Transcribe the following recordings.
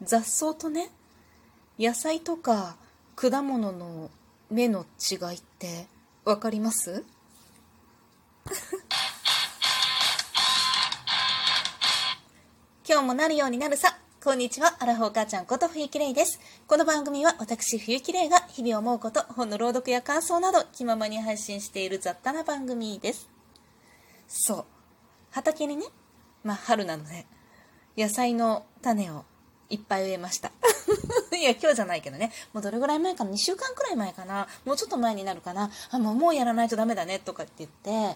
雑草とね、野菜とか果物の芽の違いってわかります？今日もなるようになるさ。こんにちは、アラフォー母ちゃんこと冬木玲です。この番組は私冬木玲が日々思うこと、本の朗読や感想など気ままに配信している雑多な番組です。そう、畑にね、春なので野菜の種をいっぱい植えました。いや今日じゃないけどね、もうどれぐらい前かな、2週間くらい前かな、もうちょっと前になるかな、もうやらないとダメだねとかって言って、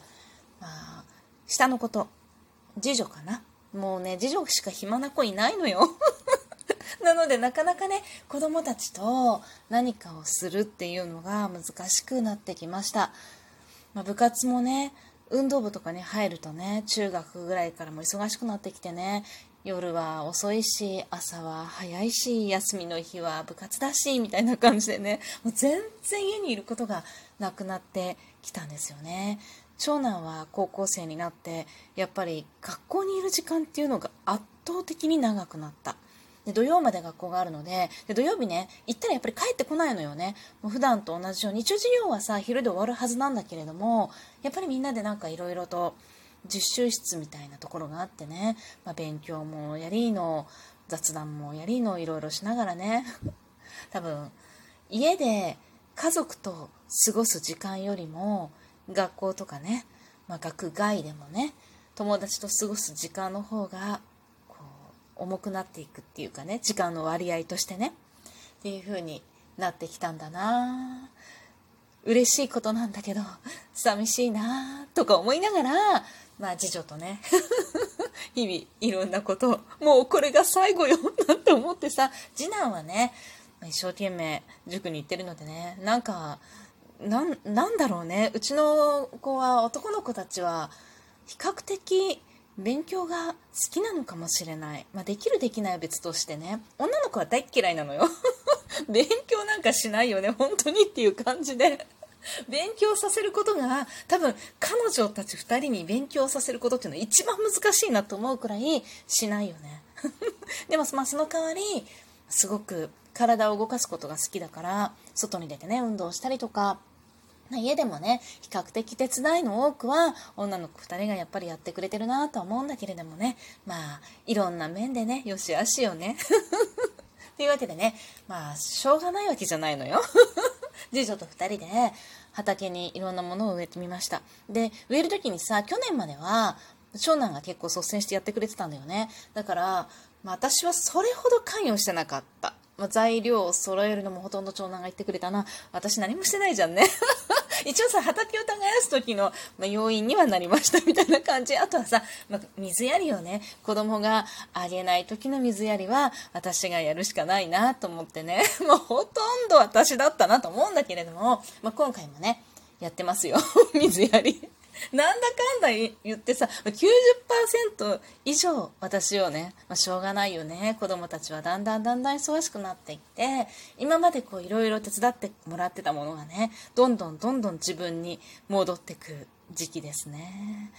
下の子と次女かな、もうね次女しか暇な子いないのよ。なのでなかなかね、子供たちと何かをするっていうのが難しくなってきました。部活もね、運動部とかに入るとね、中学ぐらいからも忙しくなってきてね、夜は遅いし朝は早いし、休みの日は部活だしみたいな感じでね、もう全然家にいることがなくなってきたんですよね。長男は高校生になって、やっぱり学校にいる時間っていうのが圧倒的に長くなった。で土曜まで学校があるので、土曜日ね行ったらやっぱり帰ってこないのよね。もう普段と同じように、一応授業はさ昼で終わるはずなんだけれども、やっぱりみんなでなんかいろいろと実習室みたいなところがあってね、勉強もやりの雑談もやりのいろいろしながらね、多分家で家族と過ごす時間よりも学校とかね、学外でもね友達と過ごす時間の方がこう重くなっていくっていうかね、時間の割合としてねっていう風になってきたんだな。嬉しいことなんだけど寂しいなとか思いながら、次女とね日々いろんなことを、もうこれが最後よなんて思ってさ、次男はね一生懸命塾に行ってるのでね、なんだろうね、うちの子は、男の子たちは比較的勉強が好きなのかもしれない。できるできないは別としてね、女の子は大っ嫌いなのよ。勉強なんかしないよね本当にっていう感じで、勉強させることが多分彼女たち2人に勉強させることっていうのは一番難しいなと思うくらいしないよね。でもその代わりすごく体を動かすことが好きだから、外に出てね運動したりとか、家でもね比較的手伝いの多くは女の子2人がやっぱりやってくれてるなとは思うんだけれどもね、いろんな面でねよしあしよね。というわけでね、しょうがないわけじゃないのよ。次女と2人で畑にいろんなものを植えてみました。で植える時にさ、去年までは長男が結構率先してやってくれてたんだよね。だから、私はそれほど関与してなかった。材料を揃えるのもほとんど長男が言ってくれたな。私何もしてないじゃんね。一応さ、畑を耕す時の、要因にはなりましたみたいな感じ。あとはさ、水やりをね、子供があげない時の水やりは私がやるしかないなと思ってね、ほとんど私だったなと思うんだけれども、今回もねやってますよ。水やりなんだかんだ言ってさ、90% 以上私をね、しょうがないよね。子供たちはだんだん忙しくなっていって、今までいろいろ手伝ってもらってたものがね、どんどん自分に戻ってく時期ですね。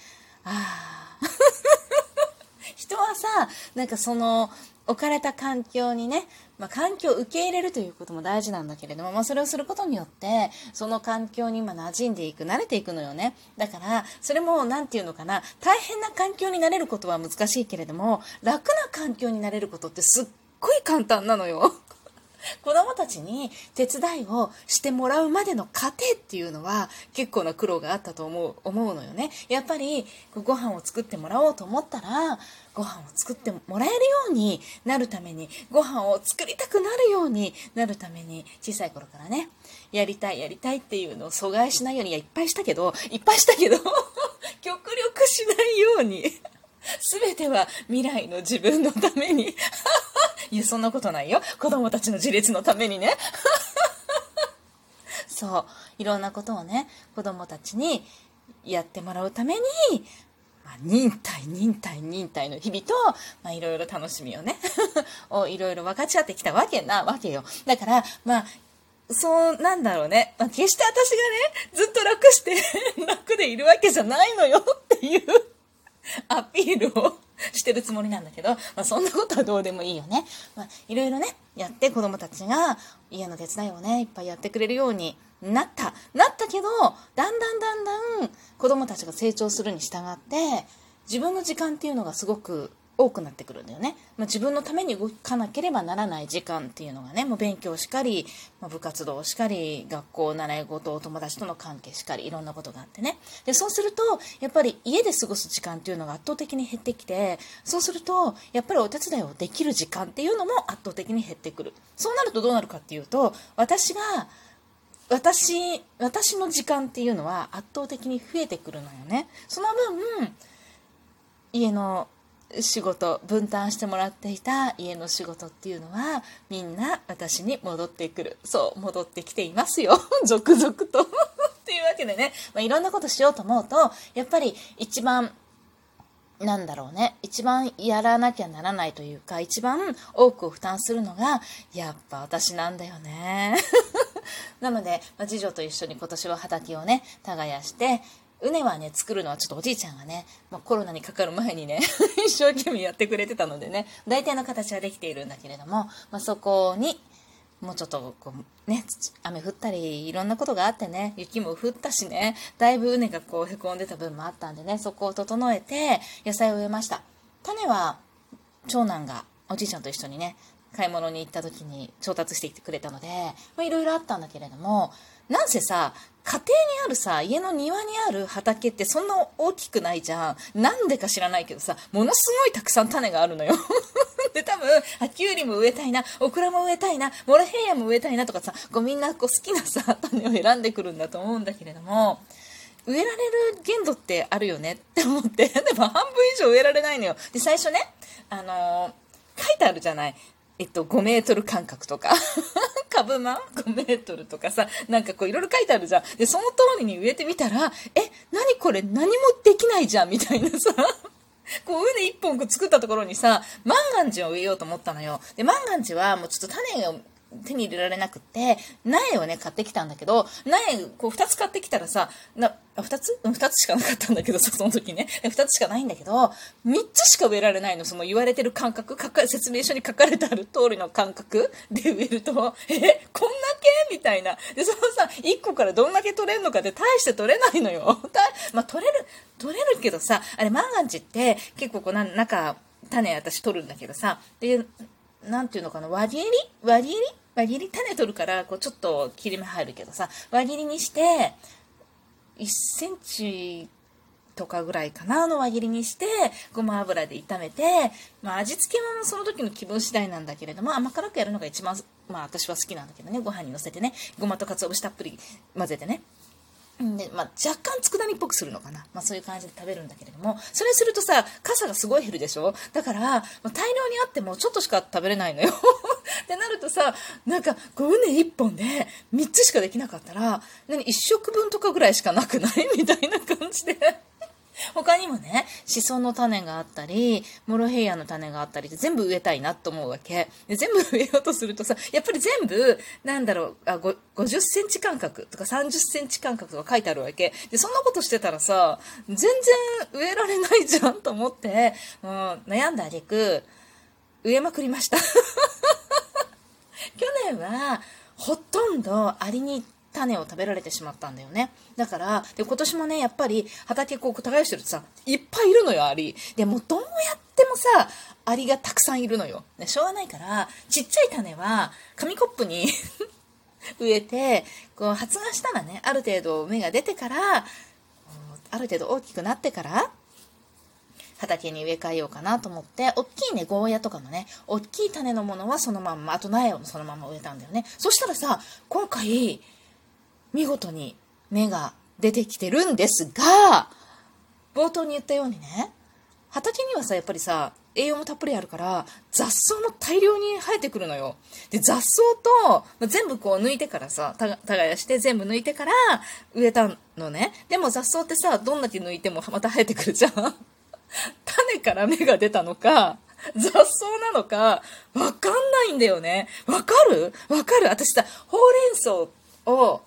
人はさ、置かれた環境にね、環境を受け入れるということも大事なんだけれども、それをすることによってその環境に馴染んでいく、慣れていくのよね。だからそれも大変な環境になれることは難しいけれども、楽な環境になれることってすっごい簡単なのよ。子供たちに手伝いをしてもらうまでの過程っていうのは結構な苦労があったと思うのよね。やっぱりご飯を作ってもらおうと思ったら、ご飯を作ってもらえるようになるために、ご飯を作りたくなるようになるために、小さい頃からねやりたいっていうのを阻害しないように、いっぱいしたけど極力しないように、全ては未来の自分のためにいやそんなことないよ、子供たちの自立のためにね。そう、いろんなことをね子供たちにやってもらうために、忍耐の日々と、いろいろ楽しみをねをいろいろ分かち合ってきたわけよ。だからそうなんだろうね、決して私がねずっと楽でいるわけじゃないのよっていうアピールをしてるつもりなんだけど、そんなことはどうでもいいよね。いろいろね、やって子供たちが家の手伝いをね、いっぱいやってくれるようになったけど、だんだん子供たちが成長するに従って、自分の時間っていうのがすごく多くなってくるんだよね。自分のために動かなければならない時間っていうのがね、もう勉強しかり、部活動しかり、学校、習い事、お友達との関係しかり、いろんなことがあってね。で、そうすると、やっぱり家で過ごす時間っていうのが圧倒的に減ってきて、そうすると、やっぱりお手伝いをできる時間っていうのも圧倒的に減ってくる。そうなるとどうなるかっていうと、私の時間っていうのは圧倒的に増えてくるのよね。その分、家の仕事、分担してもらっていた家の仕事っていうのはみんな私に戻ってくる。そう、戻ってきていますよ。続々と。っていうわけでね、いろんなことしようと思うと、やっぱり一番やらなきゃならないというか、一番多くを負担するのがやっぱ私なんだよね。なので、次女と一緒に今年は畑をね耕して、畝はね作るのはちょっとおじいちゃんがね、コロナにかかる前にね一生懸命やってくれてたのでね、大体の形はできているんだけれども、そこにもうちょっとね、雨降ったりいろんなことがあってね、雪も降ったしね、だいぶ畝がへこんでた分もあったんでね、そこを整えて野菜を植えました。種は長男がおじいちゃんと一緒にね買い物に行った時に調達してきてくれたので、いろいろあったんだけれども、なんせさ、家庭にあるさ、家の庭にある畑ってそんな大きくないじゃん。なんでか知らないけどさ、ものすごいたくさん種があるのよ。で、多分、キュウリも植えたいな、オクラも植えたいな、モロヘイヤも植えたいなとかさ、みんな好きなさ、種を選んでくるんだと思うんだけれども、植えられる限度ってあるよねって思って、でも半分以上植えられないのよ。で、最初ね、書いてあるじゃない。5メートル間隔とか株間5メートルとかさ、なんかいろいろ書いてあるじゃん。で、その通りに植えてみたら、何これ何もできないじゃんみたいなさ畝一本作ったところにさ、万願寺を植えようと思ったのよ。で、万願寺はもうちょっと種を手に入れられなくって、苗をね、買ってきたんだけど、苗、2つ買ってきたらさ、2つしかなかったんだけどさ、その時ね。2つしかないんだけど、3つしか植えられないの。その言われてる間隔、説明書に書かれてある通りの間隔で植えると、こんだけみたいな。で、そのさ、1個からどんだけ取れるのかって大して取れないのよ。取れるけどさ、あれ、万願寺って結構中、種私取るんだけどさ、で、なんていうのかな、輪切り種取るから、ちょっと切り目入るけどさ、輪切りにして、1センチとかぐらいかなの輪切りにして、ごま油で炒めて、味付けはその時の気分次第なんだけれども、甘辛くやるのが一番、私は好きなんだけどね、ご飯にのせてね、ごまと鰹節たっぷり混ぜてね。で、若干佃煮っぽくするのかな。そういう感じで食べるんだけれども、それするとさ、傘がすごい減るでしょ。だから、大量にあってもちょっとしか食べれないのよ。ってなるとさ、なんか、畝一本で3つしかできなかったら、1食分とかぐらいしかなくないみたいな感じで。他にもね、シソの種があったり、モロヘイヤの種があったりで全部植えたいなと思うわけ。で全部植えようとするとさ、やっぱり全部、50センチ間隔とか30センチ間隔とか書いてあるわけ。で、そんなことしてたらさ、全然植えられないじゃんと思って、もう悩んだ挙句、植えまくりました。去年は、ほとんどアリに種を食べられてしまったんだよね。だから、で、今年もね、やっぱり畑耕してるとさ、いっぱいいるのよ、アリ。で、もうどうやってもさ、アリがたくさんいるのよ。しょうがないから、ちっちゃい種は紙コップに植えて、発芽したらね、ある程度芽が出てから、ある程度大きくなってから、畑に植え替えようかなと思って、大きいね、ゴーヤとかのね、大きい種のものはそのまんま、あと苗をそのまま植えたんだよね。そしたらさ、今回、見事に芽が出てきてるんですが、冒頭に言ったようにね、畑にはさ、やっぱりさ、栄養もたっぷりあるから、雑草も大量に生えてくるのよ。で、雑草と、全部抜いてからさ、耕して全部抜いてから植えたのね。でも雑草ってさ、どんだけ抜いてもまた生えてくるじゃん。種から芽が出たのか、雑草なのか、わかんないんだよね。わかる私さ、ほうれん草を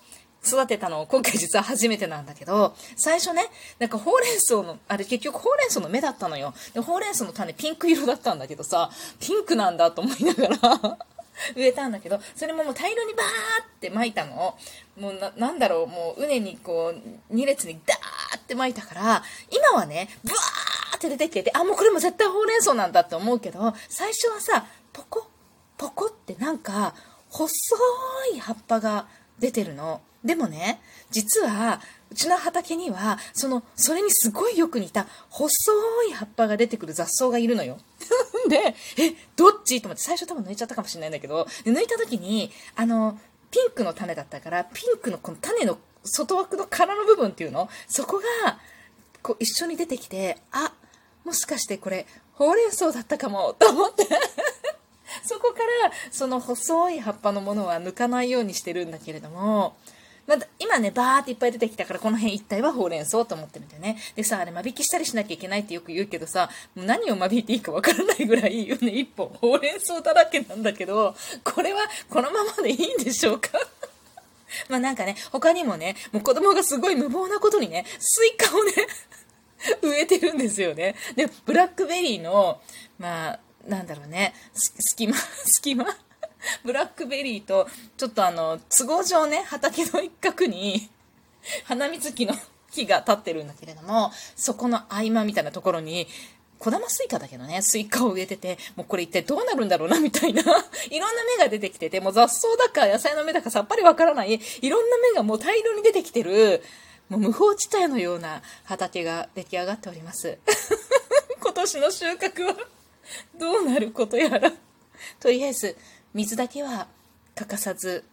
育てたの今回実は初めてなんだけど、最初ね、なんかほうれん草の、あれ結局ほうれん草の芽だったのよ。でほうれん草の種ピンク色だったんだけどさ、ピンクなんだと思いながら植えたんだけど、それももう大量にバーって撒いたの。もうなんだろう、もう畝にこう、2列にダーって撒いたから、今はね、ブワーって出てきてて、あ、もうこれも絶対ほうれん草なんだって思うけど、最初はさ、ポコポコってなんか、細い葉っぱが出てるの。でもね、実は、うちの畑には、それにすごいよく似た、細い葉っぱが出てくる雑草がいるのよ。で、どっちと思って、最初多分抜いちゃったかもしれないんだけど、抜いた時に、ピンクの種だったから、ピンクのこの種の外枠の殻の部分っていうの、そこが、こう一緒に出てきて、あ、もしかしてこれ、ほうれん草だったかも、と思って。そこから、その細い葉っぱのものは抜かないようにしてるんだけれども、今ね、バーっていっぱい出てきたから、この辺一帯はほうれん草と思ってるんだよね。でさ、あれ間引きしたりしなきゃいけないってよく言うけどさ、もう何を間引いていいかわからないぐらいよね、一本。ほうれん草だらけなんだけど、これはこのままでいいんでしょうかまあなんかね、他にもね、もう子供がすごい無謀なことにね、スイカをね、植えてるんですよね。で、ブラックベリーの、まあ、なんだろうね、隙間ブラックベリーと、ちょっと都合上ね、畑の一角に、花水木の木が立ってるんだけれども、そこの合間みたいなところに、小玉スイカだけどね、スイカを植えてて、もうこれ一体どうなるんだろうな、みたいな、いろんな芽が出てきてて、もう雑草だか野菜の芽だかさっぱりわからない、いろんな芽がもう大量に出てきてる、もう無法地帯のような畑が出来上がっております。今年の収穫はどうなることやら。とりあえず、水だけは欠かさず、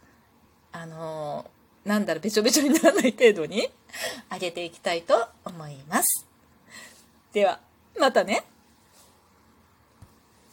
なんだろう、べちょべちょにならない程度にあげていきたいと思います。では、またね。